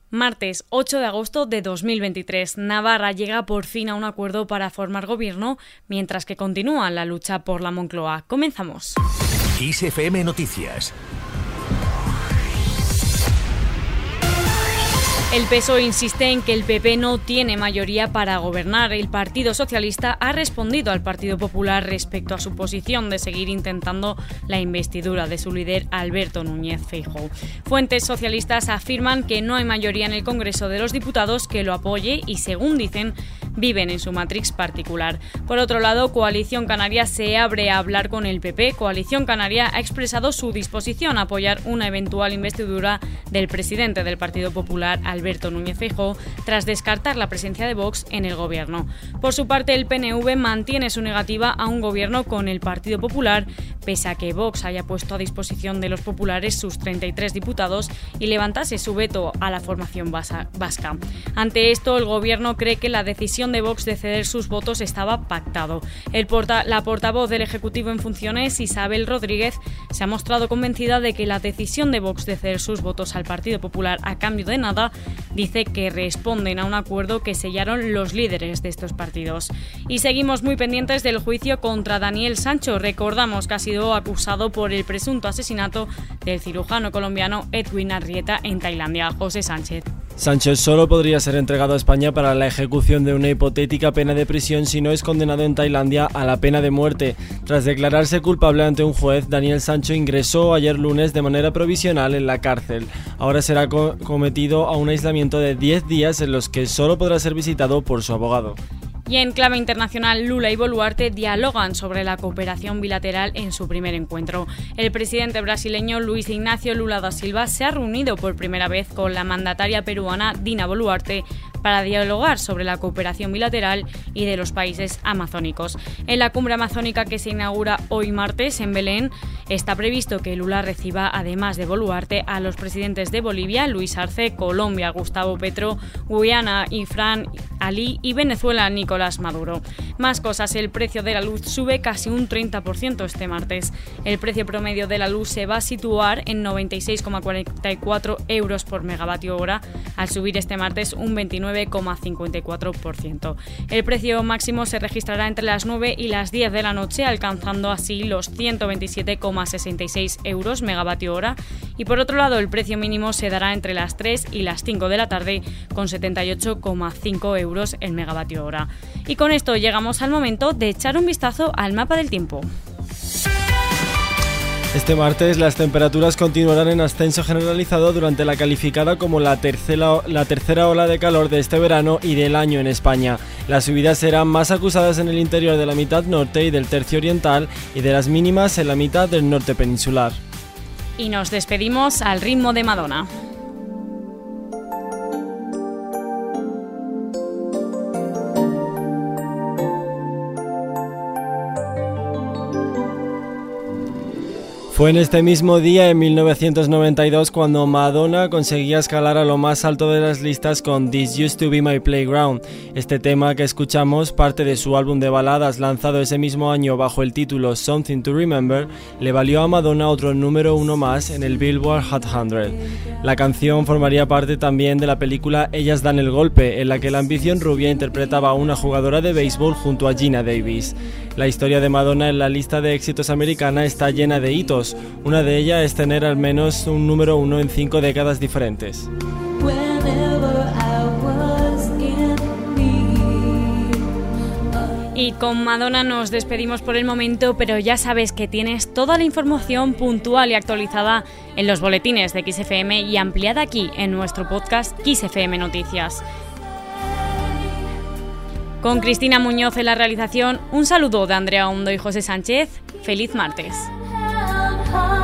Martes 8 de agosto de 2023. Navarra llega por fin a un acuerdo para formar gobierno, mientras que continúa la lucha por la Moncloa. Comenzamos. Kiss FM Noticias. El PSOE insiste en que el PP no tiene mayoría para gobernar. El Partido Socialista ha respondido al Partido Popular respecto a su posición de seguir intentando la investidura de su líder Alberto Núñez Feijóo. Fuentes socialistas afirman que no hay mayoría en el Congreso de los Diputados que lo apoye y, según dicen, viven en su matrix particular. Por otro lado, Coalición Canaria se abre a hablar con el PP. Coalición Canaria ha expresado su disposición a apoyar una eventual investidura del presidente del Partido Popular, Alberto Núñez Feijóo, tras descartar la presencia de Vox en el gobierno. Por su parte, el PNV mantiene su negativa a un gobierno con el Partido Popular, pese a que Vox haya puesto a disposición de los populares sus 33 diputados y levantase su veto a la formación vasca. Ante esto, el gobierno cree que la decisión de Vox de ceder sus votos estaba pactado. La portavoz del Ejecutivo en funciones, Isabel Rodríguez, se ha mostrado convencida de que la decisión de Vox de ceder sus votos al Partido Popular a cambio de nada dice que responden a un acuerdo que sellaron los líderes de estos partidos. Y seguimos muy pendientes del juicio contra Daniel Sancho. Recordamos que ha sido acusado por el presunto asesinato del cirujano colombiano Edwin Arrieta en Tailandia. José Sánchez. Sánchez solo podría ser entregado a España para la ejecución de una hipotética pena de prisión si no es condenado en Tailandia a la pena de muerte. Tras declararse culpable ante un juez, Daniel Sancho ingresó ayer lunes de manera provisional en la cárcel. Ahora será cometido a un aislamiento de 10 días en los que solo podrá ser visitado por su abogado. Y en clave internacional, Lula y Boluarte dialogan sobre la cooperación bilateral en su primer encuentro. El presidente brasileño Luis Ignacio Lula da Silva se ha reunido por primera vez con la mandataria peruana Dina Boluarte para dialogar sobre la cooperación bilateral y de los países amazónicos. En la cumbre amazónica que se inaugura hoy martes en Belén, está previsto que Lula reciba, además de Boluarte, a los presidentes de Bolivia, Luis Arce, Colombia, Gustavo Petro, Guyana, Ifrán Ali y Venezuela, Nicolás Maduro. Más cosas, el precio de la luz sube casi un 30% este martes. El precio promedio de la luz se va a situar en 96,44 euros por megavatio hora, al subir este martes un 29,54%. El precio máximo se registrará entre las 9 y las 10 de la noche, alcanzando así los 127,66 euros megavatio hora, y por otro lado el precio mínimo se dará entre las 3 y las 5 de la tarde con 78,5 euros el megavatio hora. Y con esto llegamos al momento de echar un vistazo al mapa del tiempo. Este martes las temperaturas continuarán en ascenso generalizado durante la calificada como la tercera ola de calor de este verano y del año en España. Las subidas serán más acusadas en el interior de la mitad norte y del tercio oriental y de las mínimas en la mitad del norte peninsular. Y nos despedimos al ritmo de Madonna. Fue en este mismo día, en 1992, cuando Madonna conseguía escalar a lo más alto de las listas con This Used to Be My Playground. Este tema que escuchamos, parte de su álbum de baladas lanzado ese mismo año bajo el título Something to Remember, le valió a Madonna otro número 1 más en el Billboard Hot 100. La canción formaría parte también de la película Ellas dan el golpe, en la que la ambición rubia interpretaba a una jugadora de béisbol junto a Gina Davis. La historia de Madonna en la lista de éxitos americana está llena de hitos. Una de ellas es tener al menos un número 1 en 5 décadas diferentes. Y con Madonna nos despedimos por el momento, pero ya sabes que tienes toda la información puntual y actualizada en los boletines de Kiss FM y ampliada aquí en nuestro podcast Kiss FM Noticias. Con Cristina Muñoz en la realización, un saludo de Andrea Hondo y José Sánchez. ¡Feliz martes!